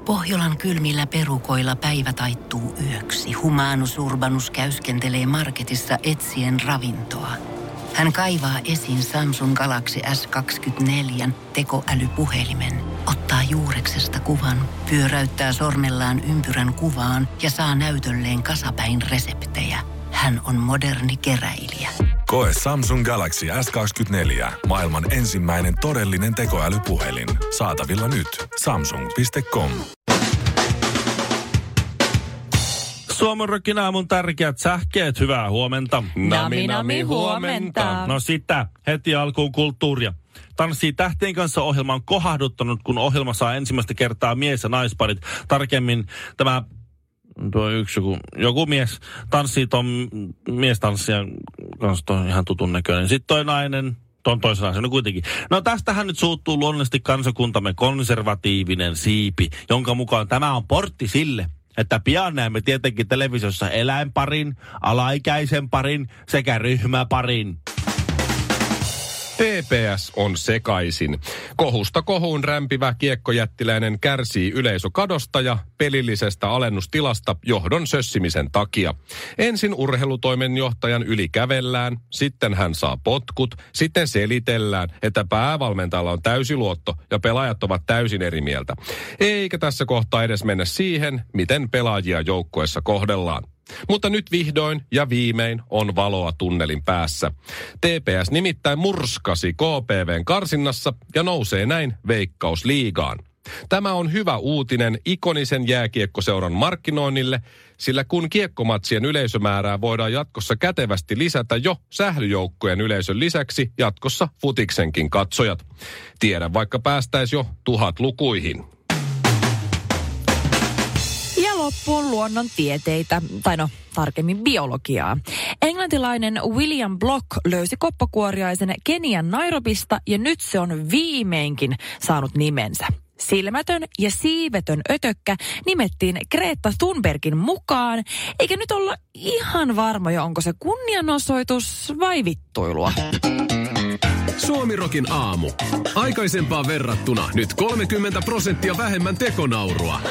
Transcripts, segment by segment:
Pohjolan kylmillä perukoilla päivä taittuu yöksi. Humanus Urbanus käyskentelee marketissa etsien ravintoa. Hän kaivaa esiin Samsung Galaxy S24 tekoälypuhelimen, ottaa juureksesta kuvan, pyöräyttää sormellaan ympyrän kuvaan ja saa näytölleen kasapäin reseptejä. Hän on moderni keräilijä. Koe Samsung Galaxy S24. Maailman ensimmäinen todellinen tekoälypuhelin. Saatavilla nyt. Samsung.com. Suomen Rockin aamun tärkeät sähkeet, hyvää huomenta. Nami, huomenta. No sitä, heti alkuun kulttuuria. Tanssii tähtien kanssa -ohjelma on kohahduttanut, kun ohjelma saa ensimmäistä kertaa mies- ja naisparit. Tarkemmin tämä joku mies tanssii ton miestanssijan kanssa, ton ihan tutun näköinen. Sitten toi nainen, ton toisen naisen, no kuitenkin. No tästähän nyt suuttuu luonnollisesti kansakuntamme konservatiivinen siipi, jonka mukaan tämä on portti sille, että pian näemme tietenkin televisiossa eläinparin, alaikäisen parin sekä ryhmäparin. TPS on sekaisin. Kohusta kohuun rämpivä kiekkojättiläinen kärsii yleisökadosta ja pelillisestä alennustilasta johdon sössimisen takia. Ensin urheilutoimenjohtajan yli kävellään, sitten hän saa potkut, sitten selitellään, että päävalmentajalla on täysi luotto ja pelaajat ovat täysin eri mieltä. Eikä tässä kohtaa edes mennä siihen, miten pelaajia joukkueessa kohdellaan. Mutta nyt vihdoin ja viimein on valoa tunnelin päässä. TPS nimittäin murskasi KPV:n karsinnassa ja nousee näin Veikkausliigaan. Tämä on hyvä uutinen ikonisen jääkiekkoseuran markkinoinnille, sillä kun kiekkomatsien yleisömäärää voidaan jatkossa kätevästi lisätä jo sählyjoukkojen yleisön lisäksi jatkossa futiksenkin katsojat. Tiedä, vaikka päästäisiin jo 1000 lukuihin. Loppuun luonnontieteitä, tai no tarkemmin biologiaa. Englantilainen William Block löysi koppakuoriaisen Kenian Nairobista ja nyt se on viimeinkin saanut nimensä. Silmätön ja siivetön ötökkä nimettiin Greta Thunbergin mukaan, eikä nyt olla ihan varmoja, onko se kunnianosoitus vai vittuilua. Suomi Rockin aamu. Aikaisempaan verrattuna nyt 30% vähemmän tekonaurua.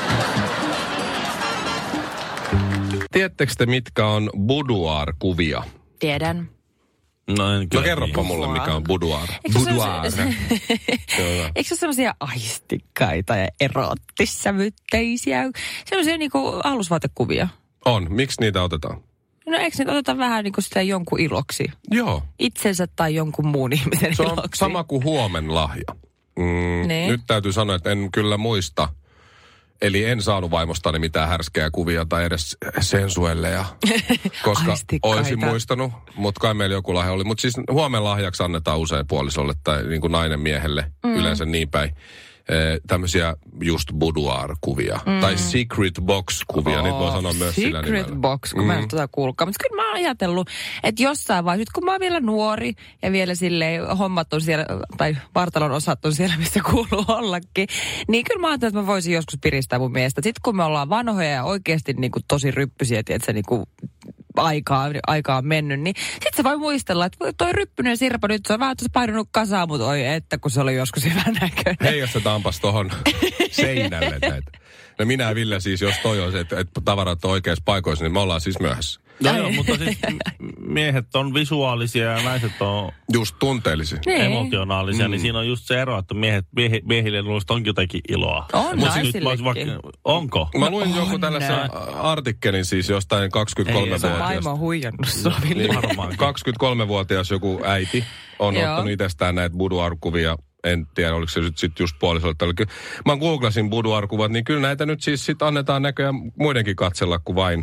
Tiedättekö te, mitkä on boudoir-kuvia? Tiedän. No kerropa mulle, mikä on boudoir. Eikö se ole sellaisia aistikkaita ja erottissävytteisiä? Sellaisia niinku alusvaatekuvia. On. Miksi niitä otetaan? No eikö niitä oteta vähän niin kuin sitä jonkun iloksi? Joo. Itsensä tai jonkun muun ihmisen se iloksi. On sama kuin huomenlahja. Nyt täytyy sanoa, että en kyllä muista. Eli en saanut vaimostani mitään härskeä kuvia tai edes sensuelleja, koska olisin muistanut, mutta kai meillä joku lahja oli. Mutta siis huomenlahjaksi annetaan usein puolisolle tai niin kuin nainen miehelle, yleensä niin päin, tämmöisiä just boudoir-kuvia. Tai secret box-kuvia, niitä voi sanoa myös sillä nimellä. Secret box, kun mä en tota kuulkaa. Mutta kyllä mä oon ajatellut, että jossain vaiheessa, nyt kun mä oon vielä nuori ja vielä silleen hommat on siellä, tai vartalon osat on siellä, missä kuuluu ollakin, niin kyllä mä ajattelin, että mä voisin joskus piristää mun mielestä. Sitten kun me ollaan vanhoja ja oikeasti niin kuin tosi ryppysiä, että niin kuin aikaa on mennyt, niin sitten se voi muistella, että toi ryppyinen Sirpa nyt se on vähän tuossa painunut kasaan, mutta oi että kun se oli joskus hyvän näköinen. Heijastetaanpas tohon seinälle näitä. No minä ja Ville siis, jos toi on se, että tavarat on oikeassa paikoissa, niin me ollaan siis myöhässä. Joo, mutta siis miehet on visuaalisia ja naiset on just tunteellisia. Emotionaalisia, niin siinä on just se ero, että miehille luulisi onkin jotakin iloa. On naisillekin. Onko? Mä luin joku tällaisen artikkelin siis jostain 23-vuotiaasta. Ei, se vaimo on huijannut sua. Niin, 23-vuotias joku äiti on ottanut itsestään näitä boudoir-kuvia. En tiedä, oliko se sitten just puolisolta. Mä googlasin boudoir-kuvat, niin kyllä näitä nyt siis sit annetaan näköjään muidenkin katsella kuin vain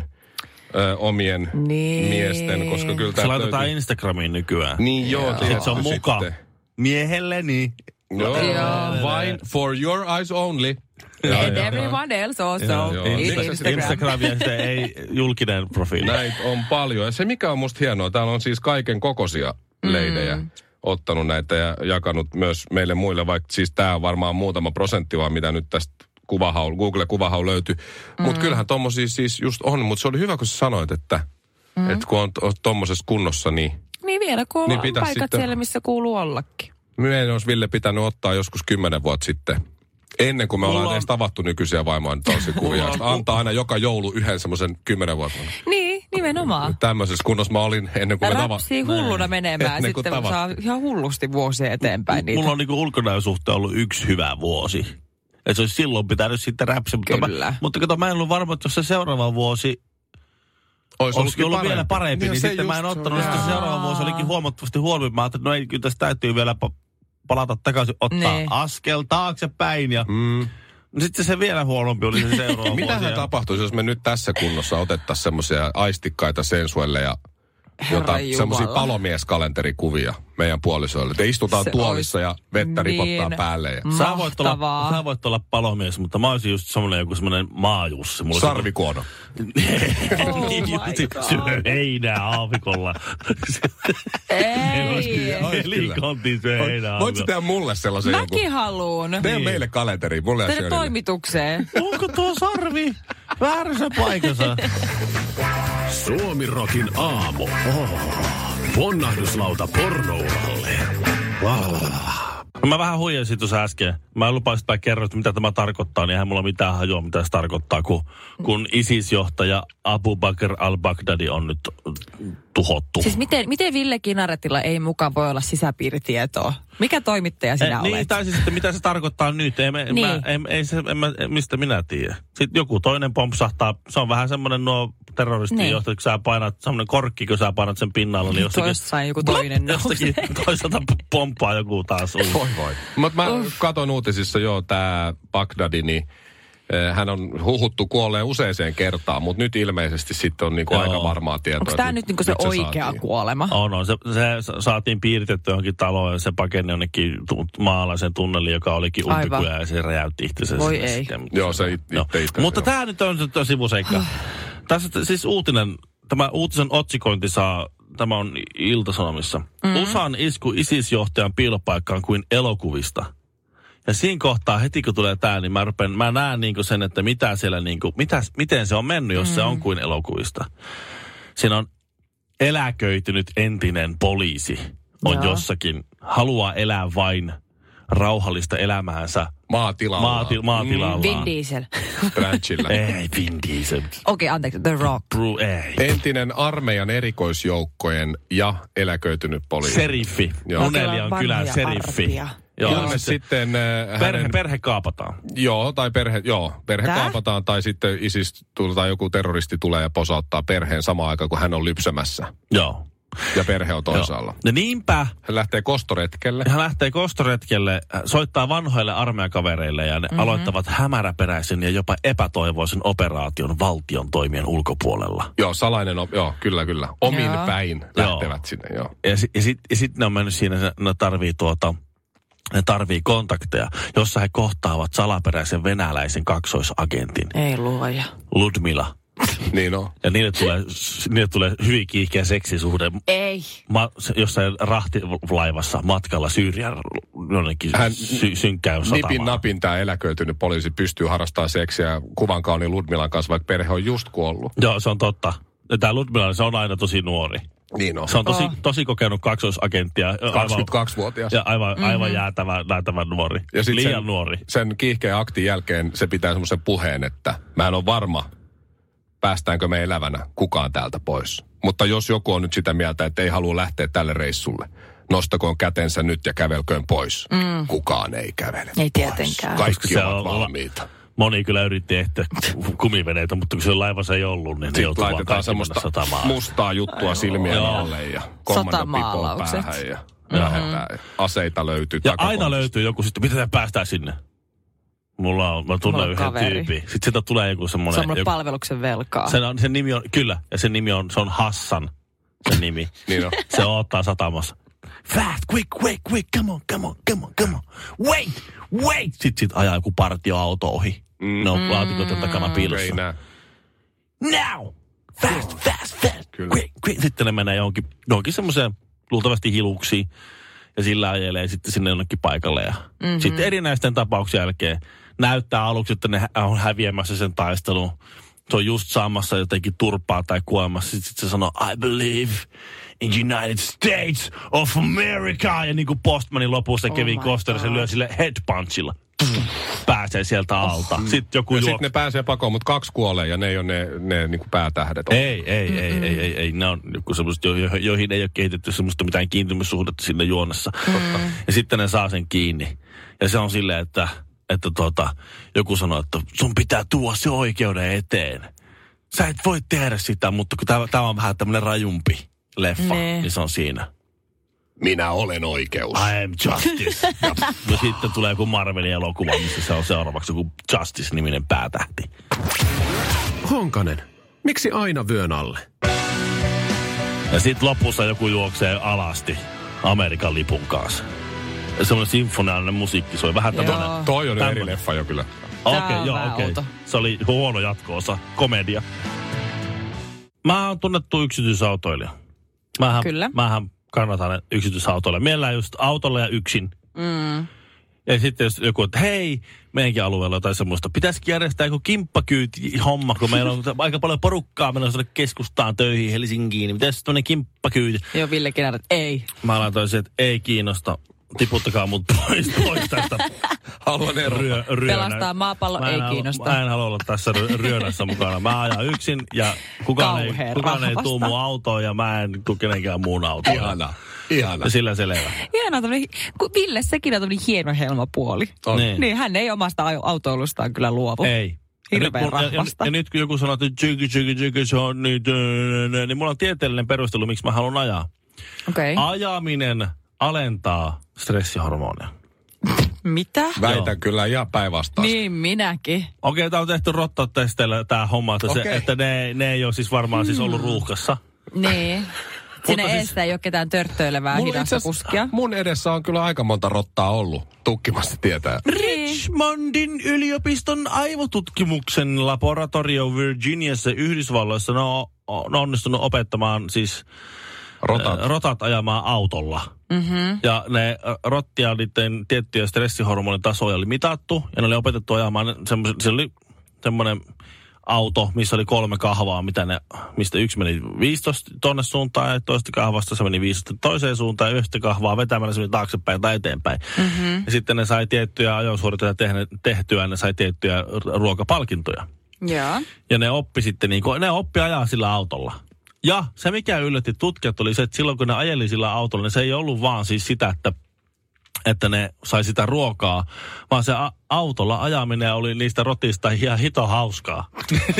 omien miesten, koska kyllä se laitetaan Instagramiin nykyään. Niin joo. Sitten se on muka miehelle, niin. Joo. Vain for your eyes only. And everyone else also. Instagram ja se ei julkinen profiili. Näitä on paljon. Ja se mikä on musta hienoa, täällä on siis kaiken kokoisia leidejä ottanut näitä ja jakanut myös meille muille, vaikka siis tää on varmaan muutama prosentti vaan mitä nyt tästä Google-kuvahaul löytyy. Mutta kyllähän tommosia siis just on, mutta se oli hyvä, kun sä sanoit, että kun on tommosessa kunnossa, niin. Niin vielä, kun on paikat sitten, siellä, missä kuuluu ollakin. Meidän olisi Ville pitänyt ottaa joskus 10 vuotta sitten Ennen kuin me ollaan edes tavattu nykyisiä vaimoja, niin tosi kuvia. Antaa aina joka joulu yhden semmoisen 10 vuotta. Niin, nimenomaan. Tämmöisessä kunnossa mä olin ennen kuin me tavattiin. Rapsii hulluna menemään, sitten saa ihan hullusti vuosia eteenpäin niitä. Mulla on niinku ulkonäön ollut yksi hyvä vuosi. Että se olisi silloin pitänyt sitten räpsiä. Mutta kato, mä en ollut varma, että jos se seuraava vuosi olisi ollut vielä parempi, niin sitten mä en ottanut, että seuraava vuosi olikin huomattavasti huonompi. Mä ajattelin, että no ei, kyllä tässä täytyy vielä palata takaisin, ottaa askel taaksepäin ja... Sitten se vielä huonompi oli se seuraava vuosi. Mitähän tapahtuisi, jos me nyt tässä kunnossa otettaisiin semmoisia aistikkaita sensuelle ja semmoisia palomieskalenterikuvia meidän puolisoille. Te istutaan tuolissa ja vettä ripottaa päälle. Ja... Sä voit olla palomies, mutta mä olisin just semmoinen maajussi. Sarvikuono. Syö heinää aavikolla. Ei. Nelikontin syö heinää aavikolla. Voitko tehdä mulle sellaisen joku? Mäkin haluun. Tee meille kalenteri. Teille toimitukseen. Onko tuo sarvi väärässä paikassa? Suomi-rokin aamu. Ponnahduslauta pornouralle. Mä vähän huijasin tuossa äsken. Mä lupasin, että mä kerron, että mitä tämä tarkoittaa, niin eihän mulla mitään hajua, mitä se tarkoittaa, kun ISIS-johtaja Abu Bakr al-Baghdadi on nyt tuhottu. Siis miten Ville Kinaretilla ei mukaan voi olla sisäpiiritietoa? Mikä toimittaja sinä olet? Niin, tai siis, että mitä se tarkoittaa nyt? Mistä minä tiedän. Sitten joku toinen pompsahtaa. Se on vähän semmoinen nuo terroristijohtajat, kun sä painat, semmoinen korkki, kun sä painat sen pinnalla, niin jossain joku toinen jostakin toisaalta pomppaa joku taas. Voi. Mutta mä katon uutisissa tää Baghdadi, niin hän on huhuttu kuolleen useaseen kertaan, mutta nyt ilmeisesti sitten on niinku aika varmaa tietoa. Onko tämä nyt niinku se oikea saatiin kuolema? On. Se saatiin piiritetty johonkin taloon ja se pakeni jonnekin maalaisen tunneliin, joka olikin umpikuja ja se räjäytti itse. Voi ei. Joo, se itse. Mutta tämä nyt on sivuseikka. Tässä siis tämä uutisen otsikointi tämä on Ilta-Sanomissa. USAn isku ISIS-johtajan piilopaikkaan kuin elokuvista. Ja siinä kohtaa heti kun tulee tää, niin mä näen niinku sen, että mitä siellä miten se on mennyt, jos se on kuin elokuvista. Siinä on eläköitynyt entinen poliisi on jossakin, haluaa elää vain rauhallista elämäänsä maatilallaan. Vin Diesel. Ranchilla. Ei, Vin Diesel. Okei, anteeksi, The Rock. Ei. Entinen armeijan erikoisjoukkojen ja eläköitynyt poliisi. Seriffi. Unelian kylän seriffi. Joo, sitten perhe kaapataan. Perhe kaapataan tai sitten ISIS tai joku terroristi tulee ja posauttaa perheen samaan aikaan, kun hän on lypsämässä. Joo. Ja perhe on toisaalla. Ja niinpä. Hän lähtee kostoretkelle. Soittaa vanhoille armeijakavereille ja ne aloittavat hämäräperäisen ja jopa epätoivoisen operaation valtion toimien ulkopuolella. Joo, salainen, kyllä. Omin päin lähtevät sinne, joo. Ja sit ne on mennyt siinä, ne tarvii kontakteja, jossa he kohtaavat salaperäisen venäläisen kaksoisagentin. Ei luoja. Ludmila. Niin on. Ja niille tulee hyvin kiihkeä seksisuhde. Ei. Jossain rahtilaivassa matkalla Syyrian jonnekin synkkään satamaan. Nipin napin tämä eläköitynyt poliisi pystyy harrastamaan seksiä kuvan kauniin Ludmilan kanssa, vaikka perhe on just kuollut. Joo, se on totta. Tämä Ludmila, se on aina tosi nuori. Niin on. Se on tosi kokenut kaksoisagenttia. 22-vuotias. Ja aivan jäätävän nuori. Ja liian nuori. Sen kiihkeän aktin jälkeen se pitää semmoisen puheen, että mä en ole varma, päästäänkö me elävänä kukaan täältä pois. Mutta jos joku on nyt sitä mieltä, että ei halua lähteä tälle reissulle, nostakoon kätensä nyt ja kävelköön pois. Kukaan ei kävele Ei tietenkään. Kaikki ovat valmiita. Moni kyllä yritti ehtiä kumiveneitä, mutta kun se laivassa ei ollut, niin ne joutuu vaan kaikki mennä satamaan. Mustaa juttua silmien alle ja kommandopipon päähän ja lähdetään. Aseita löytyy. Ja aina löytyy joku sitten, miten te päästään sinne? Mä tunnen yhden tyypin. Sitten sieltä tulee joku semmoinen... Se on palveluksen velkaa. Sen nimi on, kyllä, ja sen nimi on, se on Hassan, sen nimi. Niin on. Se odottaa satamassa. Fast, quick, come on. Wait! Sitten ajaa joku partioauto ohi. Ne on laatikoiden takana piilossa. Now! Fast! Quick! Sitten ne menee johonkin semmoiseen luultavasti hiluksiin. Ja sillä ajelee sitten sinne jonnekin paikalle. Ja sitten erinäisten tapauksien jälkeen näyttää aluksi, että ne on häviämässä sen taistelun. Se on just saamassa jotenkin turpaa tai kuolemassa. Sitten se sanoo, I believe in United States of America. Ja niin kuin Postmanin lopussa Kevin Costner, se lyö sille head punchilla. pääsee sieltä alta. Sitten joku sitten ne pääsee pakoon, mutta 2 kuolee ja ne ei ole ne niin kuin päätähdet. Ei. Ne on semmoiset, joihin ei ole kehitetty semmoista mitään kiintymyssuhdetta sinne juonessa. Ja sitten ne saa sen kiinni. Ja se on silleen, että joku sanoo, että sun pitää tuoda se oikeuden eteen. Sä et voi tehdä sitä, mutta kun tää on vähän tämmönen rajumpi leffa, niin se on siinä. Minä olen oikeus. I am justice. Ja sitten tulee joku Marvelin elokuva, missä se on seuraavaksi joku Justice-niminen päätähti. Honkanen, miksi aina vyön alle? Ja sitten lopussa joku juoksee alasti Amerikan lipun kanssa. Ja semmoinen sinfoniaalinen musiikki soi. Vähän tämmöinen. Toi on eri leffa jo kyllä. Okei. Se oli huono jatko-osa. Komedia. Mä oon tunnettu yksityisautoilija. Mähän kannatan yksityisautoilla. Mielellään just autolla ja yksin. Ja sitten jos joku, että hei, meidänkin alueella jotain semmoista. Pitäisikin järjestää joku kimppakyyti-homma, kun meillä on aika paljon porukkaa. Meillä on sellainen keskustaan töihin Helsinkiin. Pitäisi tämmöinen kimppakyyti. Joo, Villekin että ei. Mä laitoin se, että ei kiinnosta. Tiputtakaa mut pois tästä. Haluan pelastaa maapallo, ei kiinnosta. Mä en halua olla tässä ryönässä mukana. Mä ajan yksin ja kukaan ei tuu mun autoon ja mä en tuu kenenkään muun autoon. Ihana. Ja sillä selvä. Hienoa tämmöinen, kun Ville sekin on tämmöinen hieno helmapuoli. Niin hän ei omasta autoilustaan kyllä luovu. Ei. Hirveän rahvasta. Ja nyt kun joku sanoo, että se on nyt, niin mulla on tieteellinen perustelu, miksi mä haluan ajaa. Okay. Ajaminen alentaa stressihormoneja. Mitä? Väitän kyllä ihan päinvastaista. Niin, minäkin. Okei, tää on tehty rottotesteillä tää homma, että ne ei ole siis varmaan siis ollut ruuhkassa. Niin. Sinne eestä ei ole ketään törttöilevää hidasta kuskia. Mun edessä on kyllä aika monta rottaa ollut tukkimassa tietää. Richmondin yliopiston aivotutkimuksen laboratorio Virginiassa Yhdysvalloissa ne on onnistunut opettamaan siis rotat ajamaan autolla. Mm-hmm. Ja ne rottia niiden tiettyjä stressihormonitasoja oli mitattu ja ne oli opetettu ajamaan se oli semmoinen auto, missä oli 3 kahvaa, mistä yksi meni 15 tonne suuntaan ja toista kahvasta se meni 15 toiseen suuntaan ja yhtä kahvaa vetämällä se meni taaksepäin tai eteenpäin. Mm-hmm. Ja sitten ne sai tiettyjä ajosuoritteita tehtyä, ne sai tiettyjä ruokapalkintoja. Yeah. Ja ne oppi sitten ne oppi ajaa sillä autolla. Ja se mikä yllätti tutkijat oli se, että silloin kun ne ajeli sillä autolla, niin se ei ollut vaan siis sitä, että ne sai sitä ruokaa, vaan se autolla ajaminen oli niistä rotista ihan hito hauskaa.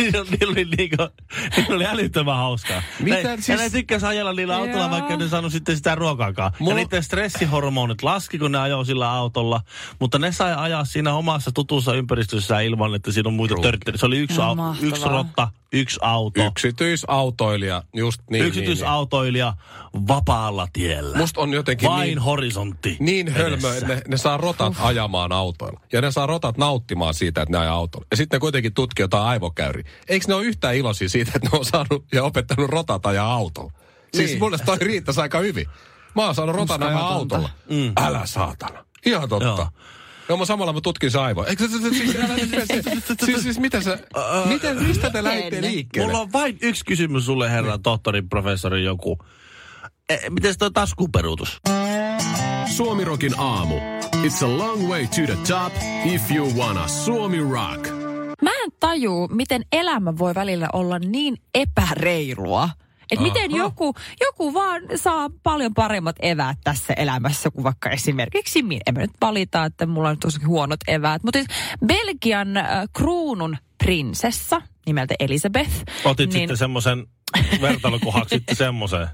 Niillä oli älyttömän hauskaa. Ja ne tykkäsi ajella niillä autolla, vaikka ne saanut sitten sitä ruokaakaan. Ja niiden stressihormonit laski, kun ne ajoi sillä autolla, mutta ne sai ajaa siinä omassa tutussa ympäristössä ilman, että siinä on muita törttöjä. Se oli yksi rotta, yksi auto. Yksityisautoilija, just niin. Yksityisautoilija vapaalla tiellä. Musta on jotenkin vain horisontti. Niin hölmö, että ne saa rotat ajamaan autoilla. Ja ne saa rotat nauttimaan siitä, että ne ajaa autolla. Ja sitten ne kuitenkin tutkii jotain aivokäyriä. Eikö ne ole yhtään iloisia siitä, että ne on saanut ja opettanut rotat ajaa autolla? Siis niin. Mulle toi riittäisi aika hyvin. Mä oon saanut rotan ajaa autolla. Älä saatana. Ihan totta. Joo, samalla mä tutkin se aivoa. Siis mitä sä... Mistä te lähditte liikkeelle? Mulla on vain yksi kysymys sulle, herra tohtori, professori, joku. Miten se toi taskuperuutus? Suomirokin aamu. It's a long way to the top if you wanna Suomi rock. Mä en tajuu, miten elämä voi välillä olla niin epäreilua. Että miten joku vaan saa paljon paremmat eväät tässä elämässä kuin vaikka esimerkiksi minä. En mä nyt valita, että mulla on tosi huonot eväät. Mutta Belgian kruunun prinsessa nimeltä Elisabeth. Otit sitten semmoisen vertailukohaksi sitten semmoiseen.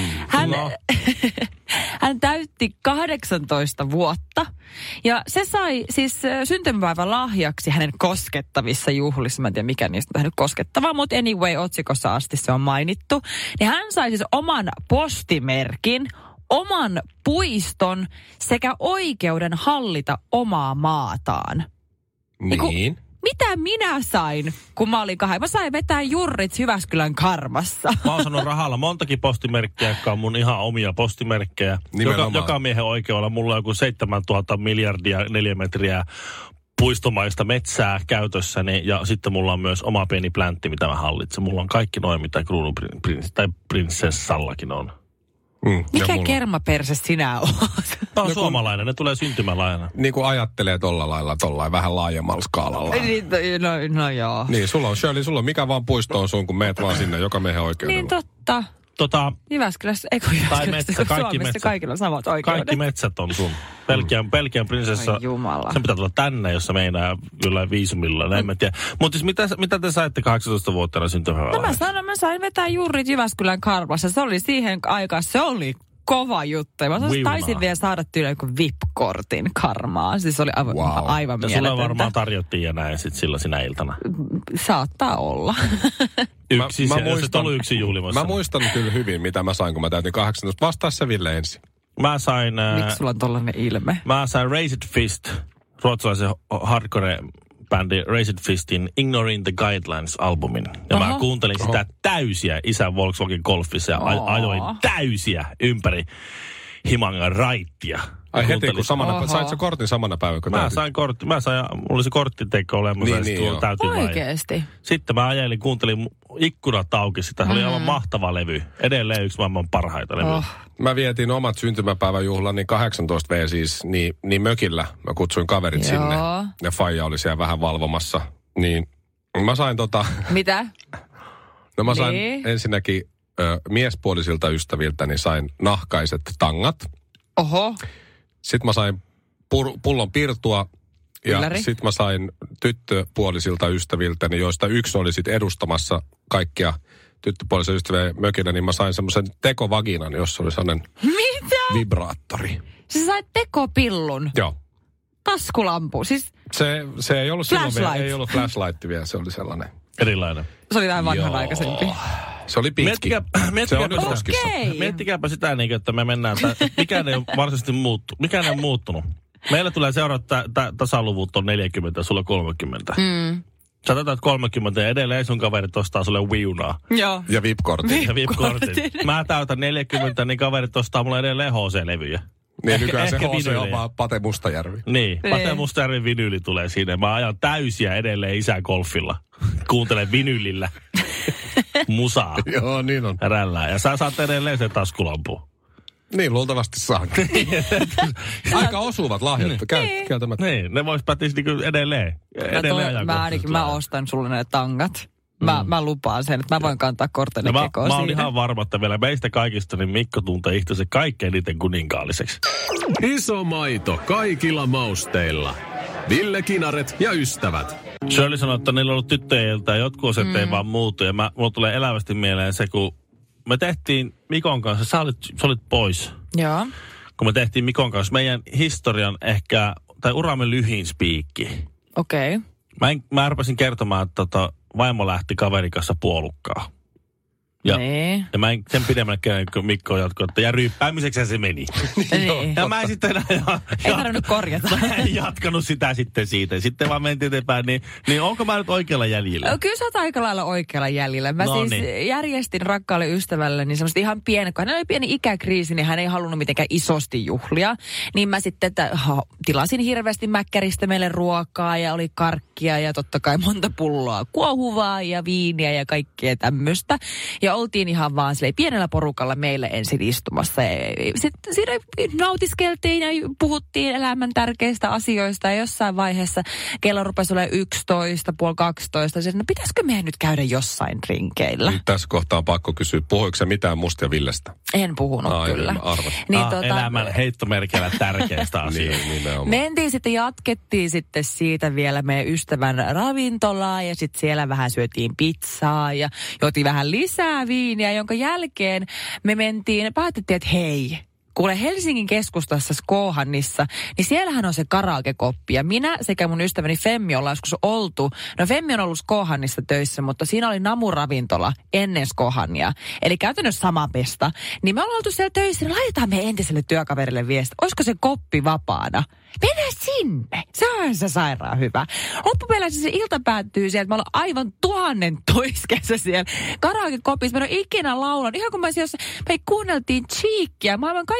Hän täytti 18 vuotta ja se sai siis syntymäpäivän lahjaksi hänen koskettavissa juhlissa. Mä en tiedä mikä niistä on hänen koskettavaa, mutta anyway otsikossa asti se on mainittu. Niin hän sai siis oman postimerkin, oman puiston sekä oikeuden hallita omaa maataan. Niin. Mitä minä sain, kun mä olin 2? Mä sain vetää jurrit Jyväskylän Karmassa. Mä oon saanut rahalla montakin postimerkkiä, jotka on mun ihan omia postimerkkejä. Joka miehen oikeudella mulla on joku 7000 miljardia neliömetriä puistomaista metsää käytössäni. Ja sitten mulla on myös oma pieni pläntti, mitä mä hallitsen. Mulla on kaikki noin, mitä kruununprinsessallakin on. Mikä kermaperse sinä oot? Tämä on suomalainen, ne tulee syntymälaina. Niin kuin ajattelee tolla lailla vähän laajemmalla skaalalla. No joo. Niin, sulla on mikä vaan puisto on sun, kun meet vaan sinne joka miehen oikeudella. Niin totta. Jyväskylässä, tai metsä, kaikki metsät. Kaikilla on samat oikeudet. Kaikki metsät on sun. Belgian prinsessa, sen pitää tulla tänne, jos se meinaa jollain viisumilla, en mä tiedä. Mutta siis mitä te saitte 18-vuotiaana syntymäpäivänä? Mä sain vetää juurit Jyväskylän Karvassa. Se oli siihen aikaan, se oli kova juttu. Mä taisin vielä saada tyyliin joku VIP-kortin Karmaa. Siis se oli aivan mieletöntä. Sulla varmaan tarjottiin ja näin sit silloin sinä iltana. Saattaa olla. Yksi juhlimassa. Mä muistan kyllä hyvin, mitä mä sain, kun mä täytin 18. Vastaa se Ville ensin. Mä sain... Miksi sulla on tollainen ilme? Mä sain Raised Fist, ruotsalaisen hardcore-bändi Raised Fistin Ignoring the Guidelines-albumin. Ja mä kuuntelin sitä täysiä isän Volkswagen Golfissa ja ajoin täysiä ympäri Himangan raittia. Ai heti, kun sait sä kortin samana päivänä, kun mä sain kortti. Mulla oli se korttiteko olemassa. Niin, oikeesti? Sitten mä ajelin, kuuntelin ikkunat auki. Sitä oli aivan mahtava levy. Edelleen yksi maailman parhaita levyjä. Mä vietin omat syntymäpäiväjuhlan, niin 18 V siis, niin mökillä. Mä kutsuin kaverit sinne. Ja faija oli siellä vähän valvomassa. Niin mä sain Mitä? No mä sain ensinnäkin miespuolisilta ystäviltä, niin sain nahkaiset tangat. Oho. Sitten mä sain pullon pirtua ja sitten mä sain tyttöpuolisilta ystäviltäni, joista yksi oli sitten edustamassa kaikkia tyttöpuolisia ystäviä mökillä, niin mä sain semmoisen tekovaginan, jossa oli sellainen vibraattori. Sä sait tekopillun? Joo. Taskulampu, siis... Se ei ollut silloin vielä, ei ollut flashlight vielä, se oli sellainen. Erilainen. Se oli vähän vanhanaikaisempi. Se oli pitki. Se on nyt roskissa. Miettikääpä sitä, että me mennään, mikään ei ole varsinaisesti muuttunut. Mikään ei ole muuttunut. Meillä tulee seurata tasaluvut on 40, sulla 30. Sä täytät 30 ja edelleen sun kaverit ostaa sulle viunaa. Joo. Ja VIP-kortin. Mä täytän 40, niin kaverit ostaa mulle edelleen HC-levyjä. Niin nykyään se HC on vaan Pate Mustajärvi. Niin, Pate Mustajärven vinyyli tulee sinne. Mä ajan täysiä edelleen isän golfilla. Kuuntelen vinyylillä musaa. Joo, niin on. Rällää. Ja sä saat edelleen sen taskulampu. Niin, luultavasti saan. Aika osuvat lahjat. Kieltämättä. Niin, ne vois pätisi niinku edelleen. Mä ostan sulle ne tangat. Mä lupaan sen, että mä voin kantaa korteni kekoon Mä oon ihan varma, että vielä meistä kaikista, niin Mikko tuntee itsensä kaikkein eniten kuninkaalliseksi. Iso maito kaikilla mausteilla. Ville Kinaret ja ystävät. Shirley sanoi, että niillä on ollut tyttöjiltä ja jotkut osat ei vaan muutu. Ja mulla tulee elävästi mieleen se, kun me tehtiin Mikon kanssa, sä olit pois. Joo. Kun me tehtiin Mikon kanssa meidän historian ehkä, tai uramme lyhin spiikki. Okei. Mä rupesin kertomaan, että vaimo lähti kaverin kanssa puolukkaan. Ja mä en sen pidemmälle kun Mikko jatkoi, että ja ryyppäämiseksi se meni. Ja mä en sitten ei tarvinnut korjata. Mä en jatkanut sitä sitten siitä. Sitten vaan mentiin eteenpäin, niin onko mä nyt oikealla jäljellä? Kyllä sä oot aika lailla oikealla jäljellä. Mä järjestin rakkaalle ystävälle niin semmoista ihan pieni, kun hänellä oli pieni ikäkriisi, niin hän ei halunnut mitenkään isosti juhlia. Niin mä sitten tilasin hirveästi mäkkäristä meille ruokaa ja oli karkkia ja totta kai monta pulloa kuohuvaa ja viiniä ja kaikkea tämmöistä. Ja oltiin ihan vaan pienellä porukalla meille ensin istumassa. Sitten siinä nautiskeltiin ja puhuttiin elämän tärkeistä asioista. Ja jossain vaiheessa kello rupesi olemaan 11, puoli 12. Sitten, no pitäisikö meidän nyt käydä jossain rinkeillä? Tässä kohtaa on pakko kysyä, puhuiko sä mitään musta ja Villestä? En puhunut kyllä. Niin, elämän heittomerkillä tärkeistä asioista. Mentiin sitten, jatkettiin sitten siitä vielä meidän ystävän ravintolaa ja sitten siellä vähän syötiin pizzaa ja jotiin vähän lisää viiniä, jonka jälkeen me päätettiin, että hei, kuule Helsingin keskustassa Skohannissa, niin siellähän on se karaokekoppi. Ja minä sekä mun ystäväni Femmi ollaan joskus oltu. No Femmi on ollut Skohannissa töissä, mutta siinä oli Namu-ravintola ennen Skohannia. Eli käytännössä sama pesta. Niin me ollaan oltu siellä töissä, niin laitetaan me entiselle työkaverille viesti. Olisiko se koppi vapaana? Mene sinne. Se on se sairaan hyvä. Loppupeleissä se ilta päättyy sieltä. Mä ollaan aivan 1000 siellä karaokekopissa. Mä en ole ikinä laulanut. Ihan kun me kuunneltiin Cheekia. Maailman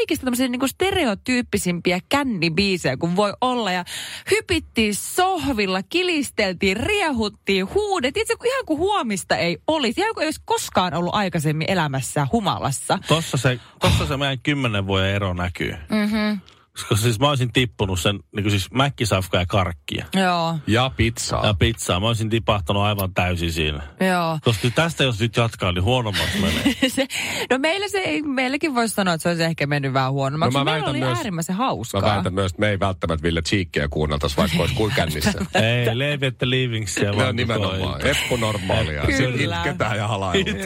kaikista tämmöisiä niin kuin stereotyyppisimpiä kännibiisejä kuin voi olla. Ja hypittiin sohvilla, kilisteltiin, riehuttiin, huudet. Itse ihan kuin huomista ei olisi. Ihan kuin ei olisi koskaan ollut aikaisemmin elämässä humalassa. Tossa se meidän 10 vuoden ero näkyy. Mhm. Koska siis mä olisin tippunut sen, niin kuin siis mäkkisafkaa ja karkkia. Joo. Ja pizzaa. Ja pizzaa. Mä olisin tipahtanut aivan täysin siinä. Joo. Koska tästä jos nyt jatkaa, niin huonommaksi menee. Meilläkin voisi sanoa, että se olisi ehkä mennyt vähän huonommaksi. No, meillä oli äärimmäisen hauskaa. Mä väitän myös, että me ei välttämättä Ville Cheekkiä kuunneltaisi, vaikka olisi kuin kännissä. Ei, Leevi että Leavingsia. Ne on nimenomaan eppunormaalia. Kyllä. Itketään ja halaillaan.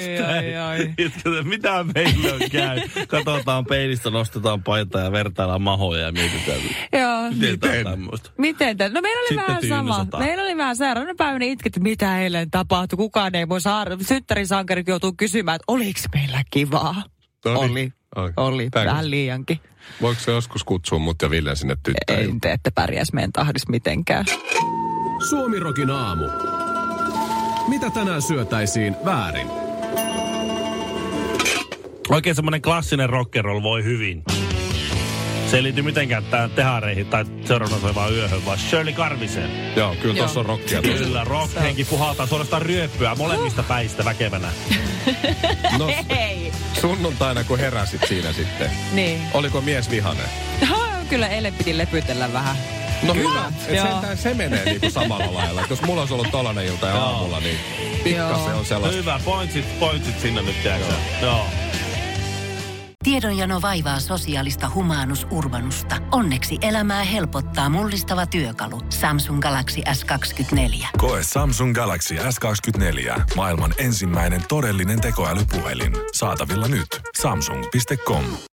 Mitä meillä on käy? Katsotaan peilistä, nostetaan paitaa ja vertaillaan mahoja ja mietitään. Joo. Miten tämmöistä? Miten? No meillä oli Sitten vähän sama. tyynysotaan. Meillä oli vähän seuraavana päivänä itketty, mitä eilen tapahtui. Kukaan ei voi saada. Synttärisankarit joutuu kysymään, että oliko meillä kivaa? Oli. Vähän liiankin. Voiko se joskus kutsua mut ja Villen sinne tyttöön? Ei te, että pärjäs meidän tahdissa mitenkään. Suomirokin aamu. Mitä tänään syötäisiin väärin? Oikein semmoinen klassinen rock'n'roll voi hyvin. Se ei liity mitenkään tähän tehareihin tai seuraavana vaan yöhön, vaan Shirley Karviseen. Joo, kyllä tuossa on rockia. Kyllä, rock-henki puhaltaa suorastaan ryöppyä molemmista päistä väkevänä. No, Ei. sunnuntaina kun heräsit siinä sitten. Niin. Oliko mies vihainen? Kyllä eilen piti lepytellä vähän. No hyvä. Et Joo. sentään se menee niinku samalla lailla. Et jos mulla olisi ollut tollanen ilta ja aamulla, niin pikkasen on sellaista. Hyvä, pointsit sinne nyt jääksä. Joo. Tiedonjano vaivaa sosiaalista humanus urbanusta. Onneksi elämää helpottaa mullistava työkalu. Samsung Galaxy S24. Koe Samsung Galaxy S24. Maailman ensimmäinen todellinen tekoälypuhelin. Saatavilla nyt. Samsung.com.